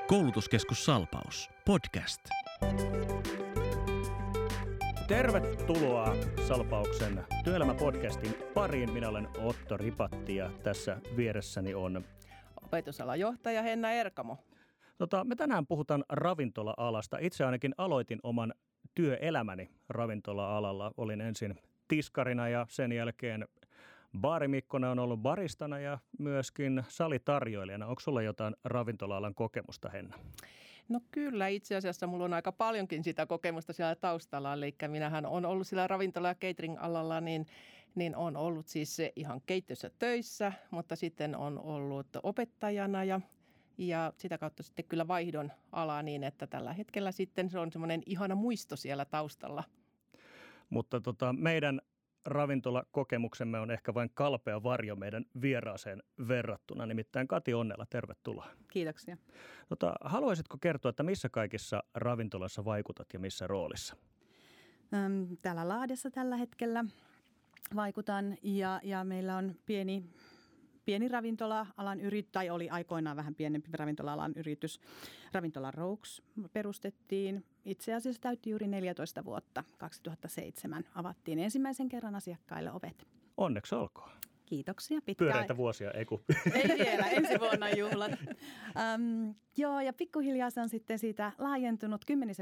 Koulutuskeskus Salpaus. Podcast. Tervetuloa Salpauksen työelämäpodcastin pariin. Minä olen Otto Ripatti ja tässä vieressäni on opetusalan johtaja Henna Erkamo. Me tänään puhutaan ravintola-alasta. Itse ainakin aloitin oman työelämäni ravintola-alalla. Olin ensin tiskarina ja sen jälkeen baarimikkona, on ollut baristana ja myöskin salitarjoilijana. Onko sulla jotain ravintola-alan kokemusta, Henna? No kyllä, itse asiassa mulla on aika paljonkin sitä kokemusta siellä taustalla. Eli minähän on ollut sillä ravintola- ja catering-alalla, niin on ollut siis ihan keittiössä töissä, mutta sitten on ollut opettajana ja sitä kautta sitten kyllä vaihdon alaa niin, että tällä hetkellä sitten se on semmoinen ihana muisto siellä taustalla. Mutta meidän ravintolakokemuksemme on ehkä vain kalpea varjo meidän vieraaseen verrattuna. Nimittäin Kati Onnela, tervetuloa. Kiitoksia. Haluaisitko kertoa, että missä kaikissa ravintolassa vaikutat ja missä roolissa? Täällä Lahdessa tällä hetkellä vaikutan ja meillä on pieni ravintola-alan yritys, tai oli aikoinaan vähän pienempi ravintola-alan yritys. Ravintola Roux perustettiin. Itse asiassa täytti juuri 14 vuotta. 2007 avattiin ensimmäisen kerran asiakkaille ovet. Onneksi olkoon. Kiitoksia. Pyöreitä vuosia, ei kun. Ei vielä, ensi vuonna juhlat. Ja pikkuhiljaa se on sitten siitä laajentunut. 10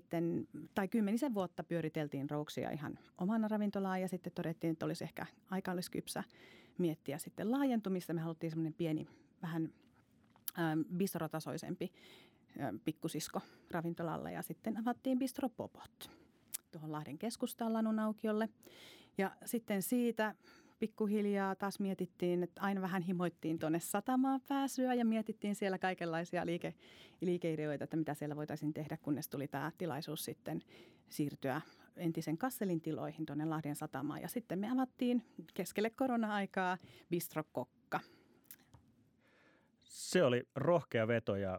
vuotta pyöriteltiin Rouxia ihan omana ravintolaan ja sitten todettiin, että aika olisi kypsä miettiä sitten laajentumista. Me haluttiin semmoinen pieni, vähän bistrotasoisempi pikkusisko ravintolalle ja sitten avattiin Bistro Popot tuohon Lahden keskustaan Lanun aukiolle. Ja sitten siitä pikkuhiljaa taas mietittiin, että aina vähän himoittiin tuonne satamaan pääsyä ja mietittiin siellä kaikenlaisia liikeideoita, että mitä siellä voitaisiin tehdä, kunnes tuli tämä tilaisuus sitten siirtyä entisen Kasselin tiloihin tuonne Lahden satamaan. Ja sitten me avattiin keskelle korona-aikaa Bistro Kokka. Se oli rohkea veto ja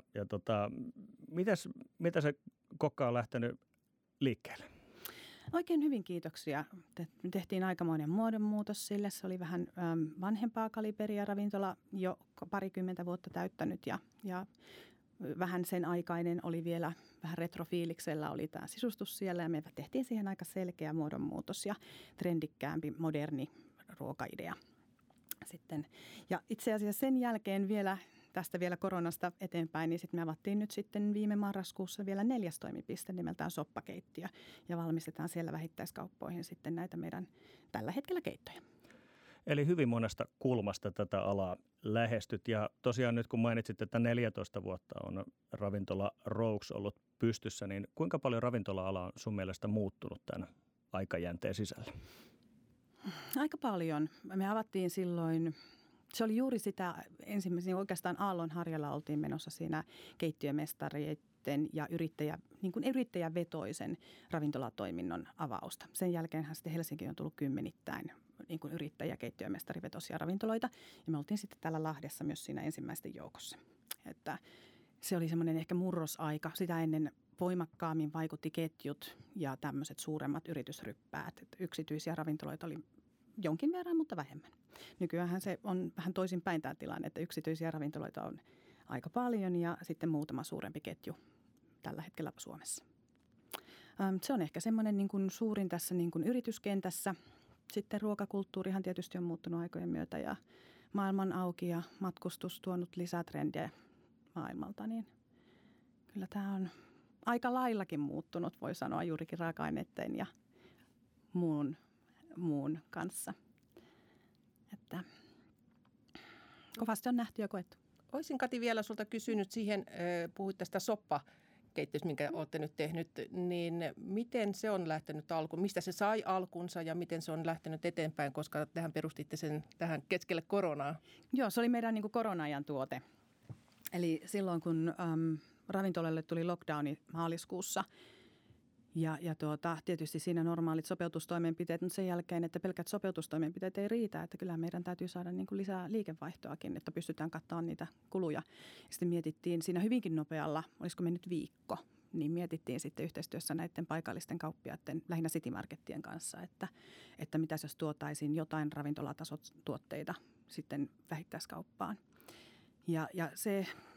mitä se Kokka on lähtenyt liikkeelle? Oikein hyvin, kiitoksia. Tehtiin aikamoinen muodonmuutos sille. Se oli vähän vanhempaa kaliberia ravintola, jo 20 vuotta täyttänyt ja vähän sen aikainen oli vielä vähän retrofiiliksellä oli tämä sisustus siellä ja me tehtiin siihen aika selkeä muodonmuutos ja trendikkäämpi moderni ruokaidea sitten. Ja itse asiassa sen jälkeen tästä vielä koronasta eteenpäin, niin sitten me avattiin nyt sitten viime marraskuussa vielä 4. toimipiste nimeltään Soppakeittiö ja valmistetaan siellä vähittäiskauppoihin sitten näitä meidän tällä hetkellä keittoja. Eli hyvin monesta kulmasta tätä alaa lähestyt ja tosiaan nyt kun mainitsit, että 14 vuotta on ravintola Roux ollut pystyssä, niin kuinka paljon ravintola-ala on sun mielestä muuttunut tämän aikajänteen sisällä? Aika paljon. Me avattiin silloin. Se oli juuri sitä ensimmäisen, oikeastaan Aallonharjalla oltiin menossa siinä keittiömestareiden ja yrittäjävetoisen ravintolatoiminnon avausta. Sen jälkeenhän sitten Helsinki on tullut kymmenittäin niin kuin yrittäjä- keittiömestarivetoisia ravintoloita ja me oltiin sitten täällä Lahdessa myös siinä ensimmäisten joukossa. Että se oli semmoinen ehkä murrosaika. Sitä ennen voimakkaammin vaikutti ketjut ja tämmöiset suuremmat yritysryppäät. Että yksityisiä ravintoloita oli jonkin verran, mutta vähemmän. Nykyäänhän se on vähän toisinpäin tämä tilanne, että yksityisiä ravintoloita on aika paljon ja sitten muutama suurempi ketju tällä hetkellä Suomessa. Se on ehkä semmoinen niin kuin suurin tässä niin kuin yrityskentässä. Sitten ruokakulttuurihan tietysti on muuttunut aikojen myötä ja maailman auki ja matkustus tuonut lisää trendejä maailmalta, niin kyllä tämä on aika laillakin muuttunut, voi sanoa juurikin raaka-aineiden ja muun kanssa. Että kovasti on nähty ja koettu. Olisin Kati vielä sulta kysynyt siihen, puhuit tästä soppakeittiöstä, minkä olette nyt tehnyt, niin miten se on lähtenyt alkuun? Mistä se sai alkunsa ja miten se on lähtenyt eteenpäin, koska tähän perustitte sen tähän keskelle koronaa? Joo, se oli meidän niin kuin korona-ajan tuote. Eli silloin kun ravintolalle tuli lockdowni maaliskuussa, Ja tietysti siinä normaalit sopeutustoimenpiteet, mutta sen jälkeen, että pelkät sopeutustoimenpiteet ei riitä, että kyllä meidän täytyy saada niin kuin lisää liikevaihtoakin, että pystytään kattamaan niitä kuluja. Sitten mietittiin siinä hyvinkin nopealla, olisiko mennyt viikko, niin mietittiin sitten yhteistyössä näiden paikallisten kauppiaiden, lähinnä Citymarkettien kanssa, että mitäs jos tuotaisiin jotain ravintolatasotuotteita sitten vähittäiskauppaan. Ja se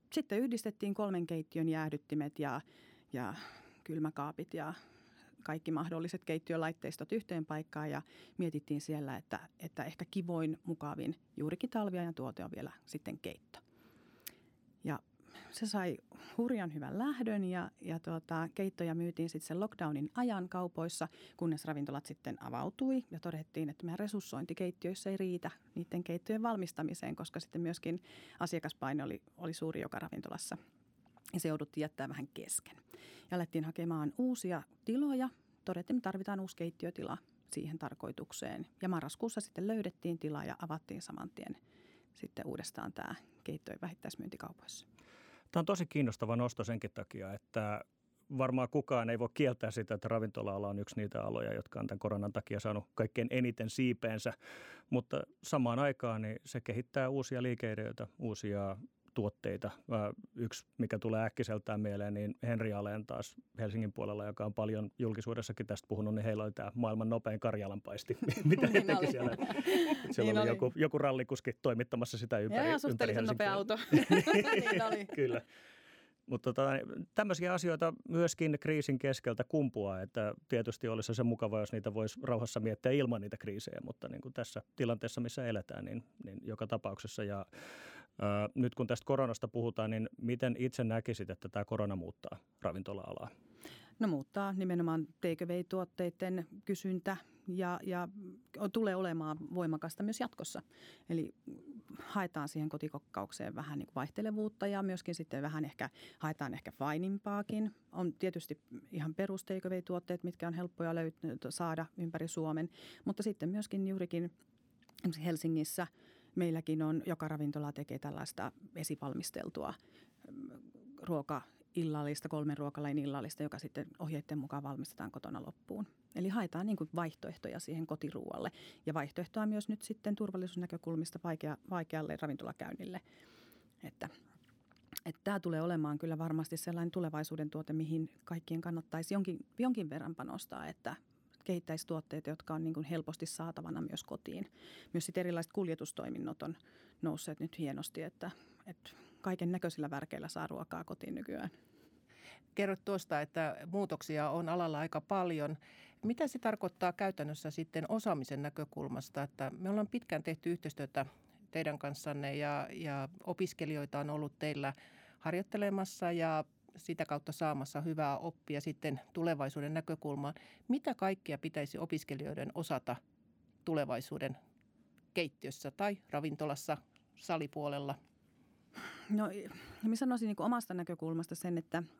sitten yhdistettiin 3 keittiön jäähdyttimet ja kylmäkaapit ja kaikki mahdolliset keittiölaitteistot yhteen paikkaan ja mietittiin siellä, että ehkä kivoin, mukavin juurikin talviajan tuote on vielä sitten keitto. Ja se sai hurjan hyvän lähdön ja keittoja myytiin sitten sen lockdownin ajan kaupoissa, kunnes ravintolat sitten avautui ja todettiin, että meidän resurssointi keittiöissä ei riitä niiden keittojen valmistamiseen, koska sitten myöskin asiakaspaine oli suuri joka ravintolassa ja se jouduttiin jättää vähän kesken. Ja alettiin hakemaan uusia tiloja. Todettiin, että tarvitaan uusi keittiötila siihen tarkoitukseen ja marraskuussa sitten löydettiin tila ja avattiin saman tien sitten uudestaan tämä keitto- ja vähittäismyyntikaupoissa. Tämä on tosi kiinnostava nosto senkin takia, että varmaan kukaan ei voi kieltää sitä, että ravintola-ala on yksi niitä aloja, jotka on tämän koronan takia saanut kaikkein eniten siipeensä. Mutta samaan aikaan niin se kehittää uusia liikeideoita, uusia tuotteita. Yksi, mikä tulee äkkiseltään mieleen, niin Henri Aleen taas Helsingin puolella, joka on paljon julkisuudessakin tästä puhunut, niin heillä oli tämä maailman nopein karjalanpaisti. Mitä he teki siellä? Siellä oli joku rallikuski toimittamassa sitä ympäri Helsinkiä. Ja suhteellisen nopea auto. Niin oli. Kyllä. Mutta tämmöisiä asioita myöskin kriisin keskeltä kumpuaa, että tietysti olisi se mukava, jos niitä voisi rauhassa miettiä ilman niitä kriisejä, mutta niin kuin tässä tilanteessa, missä eletään, niin joka tapauksessa. Ja nyt kun tästä koronasta puhutaan, niin miten itse näkisit, että tämä korona muuttaa ravintola-alaa? No muuttaa nimenomaan take-away-tuotteiden kysyntä ja tulee olemaan voimakasta myös jatkossa. Eli haetaan siihen kotikokkaukseen vähän niin kuin vaihtelevuutta ja myöskin sitten vähän haetaan ehkä fainimpaakin. On tietysti ihan perus take away-tuotteet, mitkä on helppoja saada ympäri Suomen, mutta sitten myöskin juurikin Helsingissä meilläkin on, joka ravintola tekee tällaista esivalmisteltua illallista, 3 ruokalajin illallista, joka sitten ohjeiden mukaan valmistetaan kotona loppuun. Eli haetaan niin kuin vaihtoehtoja siihen kotiruualle ja vaihtoehtoa myös nyt sitten turvallisuusnäkökulmista vaikealle ravintolakäynnille. Että tämä tulee olemaan kyllä varmasti sellainen tulevaisuuden tuote, mihin kaikkien kannattaisi jonkin verran panostaa, että kehittäisi tuotteita, jotka on niin kuin helposti saatavana myös kotiin. Myös sitten erilaiset kuljetustoiminnot on nousseet nyt hienosti, että kaiken näköisillä värkeillä saa ruokaa kotiin nykyään. Kerrot tuosta, että muutoksia on alalla aika paljon. Mitä se tarkoittaa käytännössä sitten osaamisen näkökulmasta? Että me ollaan pitkään tehty yhteistyötä teidän kanssanne ja opiskelijoita on ollut teillä harjoittelemassa ja sitä kautta saamassa hyvää oppia sitten tulevaisuuden näkökulmaan. Mitä kaikkea pitäisi opiskelijoiden osata tulevaisuuden keittiössä tai ravintolassa, salipuolella? No minä sanoisin niin kuin omasta näkökulmasta sen,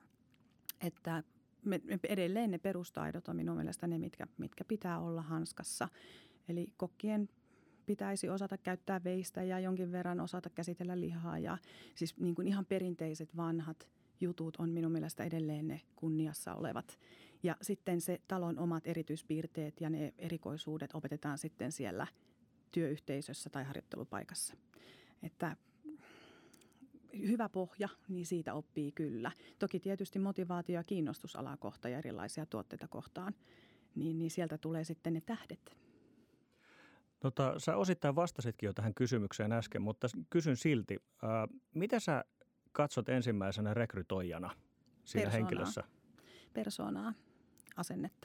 että edelleen ne perustaidot on minun mielestä ne, mitkä pitää olla hanskassa. Eli kokkien pitäisi osata käyttää veistä ja jonkin verran osata käsitellä lihaa ja siis niin kuin ihan perinteiset vanhat jutut on minun mielestä edelleen ne kunniassa olevat. Ja sitten se talon omat erityispiirteet ja ne erikoisuudet opetetaan sitten siellä työyhteisössä tai harjoittelupaikassa. Että hyvä pohja, niin siitä oppii kyllä. Toki tietysti motivaatio ja kiinnostus alaa kohtaan ja erilaisia tuotteita kohtaan, niin sieltä tulee sitten ne tähdet. Sä osittain vastasitkin jo tähän kysymykseen äsken, mutta kysyn silti, mitä sä katsot ensimmäisenä rekrytoijana siinä henkilössä? Persoonaa, asennetta.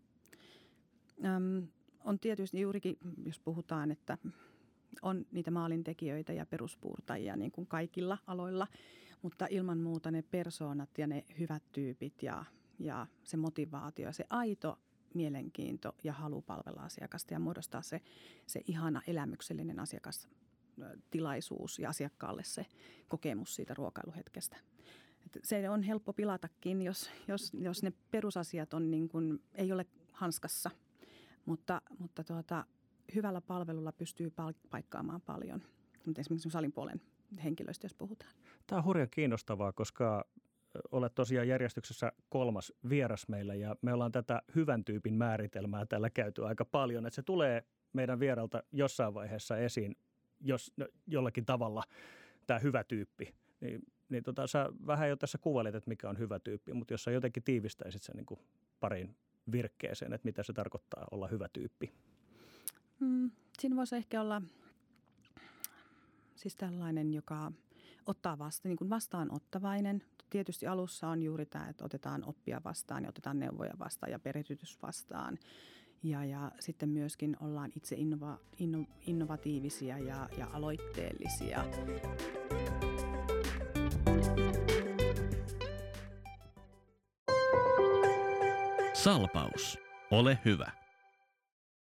On tietysti juurikin, jos puhutaan, että on niitä maalintekijöitä ja peruspuurtajia niin kuin kaikilla aloilla, mutta ilman muuta ne persoonat ja ne hyvät tyypit ja se motivaatio ja se aito mielenkiinto ja halu palvella asiakasta ja muodostaa se ihana elämyksellinen asiakastilaisuus ja asiakkaalle se kokemus siitä ruokailuhetkestä. Että se on helppo pilatakin, jos ne perusasiat on niin kuin, ei ole hanskassa, mutta hyvällä palvelulla pystyy paikkaamaan paljon, mutta esimerkiksi salin puolen henkilöistä, jos puhutaan. Tämä on hurjan kiinnostavaa, koska olet tosiaan järjestyksessä 3. vieras meillä ja me ollaan tätä hyvän tyypin määritelmää tällä käyty aika paljon, että se tulee meidän vieralta jossain vaiheessa esiin, jos jollakin tavalla tämä hyvä tyyppi. Niin sä vähän jo tässä kuvailit, että mikä on hyvä tyyppi, mutta jos sä jotenkin tiivistäisit sen niin kuin pariin virkkeeseen, että mitä se tarkoittaa olla hyvä tyyppi. Siinä voisi ehkä olla siis tällainen, joka ottaa vastaan, niin kuin vastaanottavainen. Tietysti alussa on juuri tämä, että otetaan oppia vastaan ja otetaan neuvoja vastaan ja perehdytys vastaan. Ja sitten myöskin ollaan itse innovatiivisia ja aloitteellisia. Salpaus. Ole hyvä.